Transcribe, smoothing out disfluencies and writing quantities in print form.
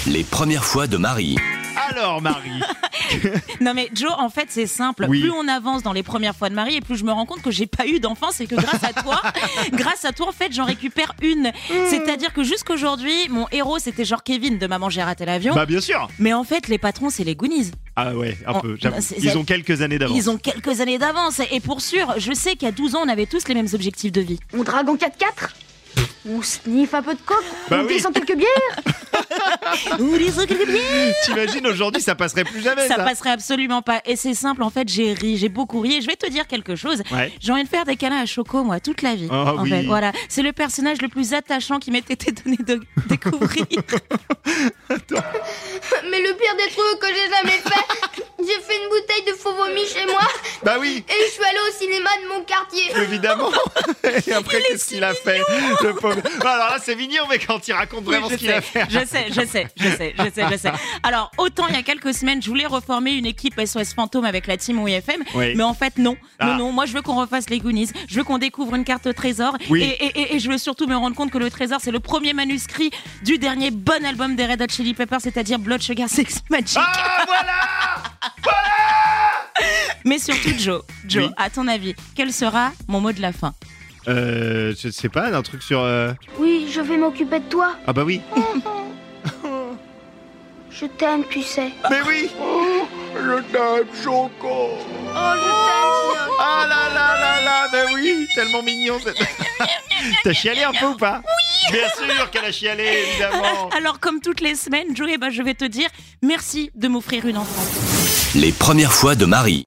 Les premières fois de Marie. Alors Marie. Non mais Joe, en fait c'est simple. Oui. Plus on avance dans les premières fois de Marie, et plus je me rends compte que j'ai pas eu d'enfance et que grâce à toi en fait j'en récupère une. C'est-à-dire que jusqu'aujourd'hui mon héros c'était genre Kevin de Maman j'ai raté l'avion. Bah bien sûr. Mais en fait les patrons c'est les Goonies. Ah ouais, un peu, j'avoue. c'est- Ils ont quelques années d'avance. Ils ont quelques années d'avance. Et pour sûr, je sais qu'à 12 ans on avait tous les mêmes objectifs de vie. On drague en 4x4. On sniffe un peu de coke. Bah on oui. descend quelques bières. Ou les trucs de bien. T'imagines aujourd'hui ça passerait plus jamais ça. Ça passerait absolument pas. Et c'est simple, en fait, j'ai ri, j'ai beaucoup ri. Et je vais te dire quelque chose. Ouais. J'ai envie de faire des câlins à Choco, moi, toute la vie. Oh, en oui. fait, voilà. C'est le personnage le plus attachant qui m'ait été donné de découvrir. Mais le pire des trucs que j'ai jamais fait, j'ai fait une bouteille de faux vomi chez moi Bah oui, et je suis allée au cinéma de mon quartier. évidemment. Et après qu'est-ce qu'il a fait le pauvre. Alors là c'est mignon mais quand il raconte vraiment ce qu'il a fait. Je sais. Alors, autant il y a quelques semaines, je voulais reformer une équipe SOS Fantôme avec la team OIFM, Oui. mais en fait, non. Ah. Non, moi je veux qu'on refasse les Goonies, je veux qu'on découvre une carte au trésor, Oui. et je veux surtout me rendre compte que le trésor, c'est le premier manuscrit du dernier bon album des Red Hot Chili Peppers, c'est-à-dire Blood Sugar Sex Magic. Ah voilà. Mais surtout, Joe, Oui. à ton avis, quel sera mon mot de la fin? Je sais pas, un truc sur... Oui, je vais m'occuper de toi. Ah bah oui. Je t'aime, tu sais. Mais oui. Je t'aime Choco. Oh, je t'aime. Ah là là là là, bah oui, tellement mignon. T'as chialé un peu ou pas? Oui. Bien sûr qu'elle a chialé, évidemment. Alors, comme toutes les semaines, Joe, je vais te dire merci de m'offrir une enfance. Les premières fois de Marie.